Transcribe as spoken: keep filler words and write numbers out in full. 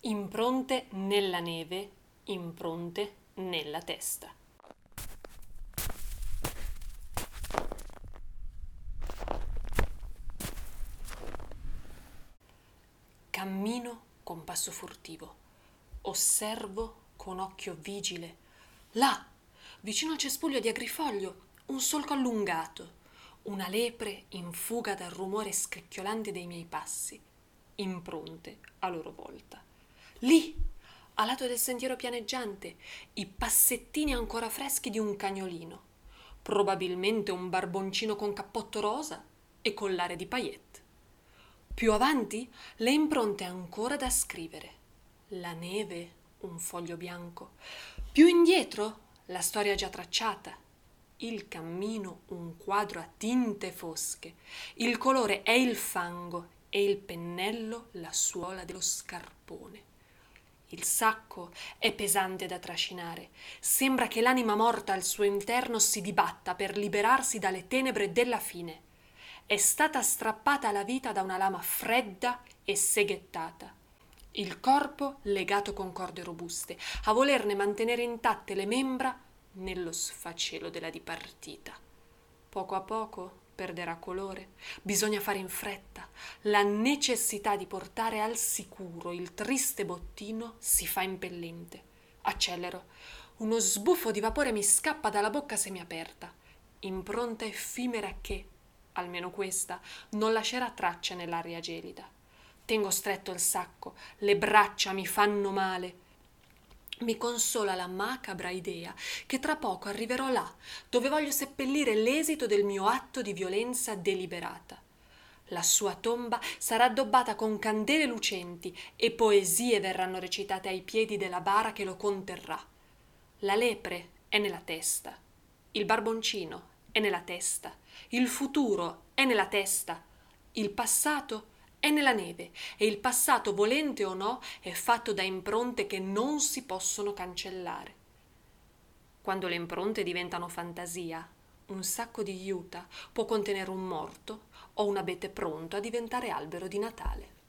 Impronte nella neve, impronte nella testa. Cammino con passo furtivo, osservo con occhio vigile. Là, vicino al cespuglio di agrifoglio, un solco allungato, una lepre in fuga dal rumore scricchiolante dei miei passi, impronte a loro volta. Lì, a lato del sentiero pianeggiante, i passettini ancora freschi di un cagnolino, probabilmente un barboncino con cappotto rosa e collare di paillette. Più avanti, le impronte ancora da scrivere. La neve, un foglio bianco. Più indietro, la storia già tracciata. Il cammino, un quadro a tinte fosche. Il colore è il fango e il pennello la suola dello scarpone. Il sacco è pesante da trascinare. Sembra che l'anima morta al suo interno si dibatta per liberarsi dalle tenebre della fine. È stata strappata alla vita da una lama fredda e seghettata. Il corpo legato con corde robuste, a volerne mantenere intatte le membra nello sfacelo della dipartita. Poco a poco perderà colore, bisogna fare in fretta. La necessità di portare al sicuro il triste bottino si fa impellente. Accelero. Uno sbuffo di vapore mi scappa dalla bocca semiaperta. Impronta effimera che, almeno questa, non lascerà tracce nell'aria gelida. Tengo stretto il sacco, le braccia mi fanno male. Mi consola la macabra idea che tra poco arriverò là, dove voglio seppellire l'esito del mio atto di violenza deliberata. La sua tomba sarà addobbata con candele lucenti e poesie verranno recitate ai piedi della bara che lo conterrà. La lepre è nella testa, il barboncino è nella testa, il futuro è nella testa, il passato è nella neve e il passato, volente o no, è fatto da impronte che non si possono cancellare. Quando le impronte diventano fantasia, un sacco di juta può contenere un morto o un abete pronto a diventare albero di Natale.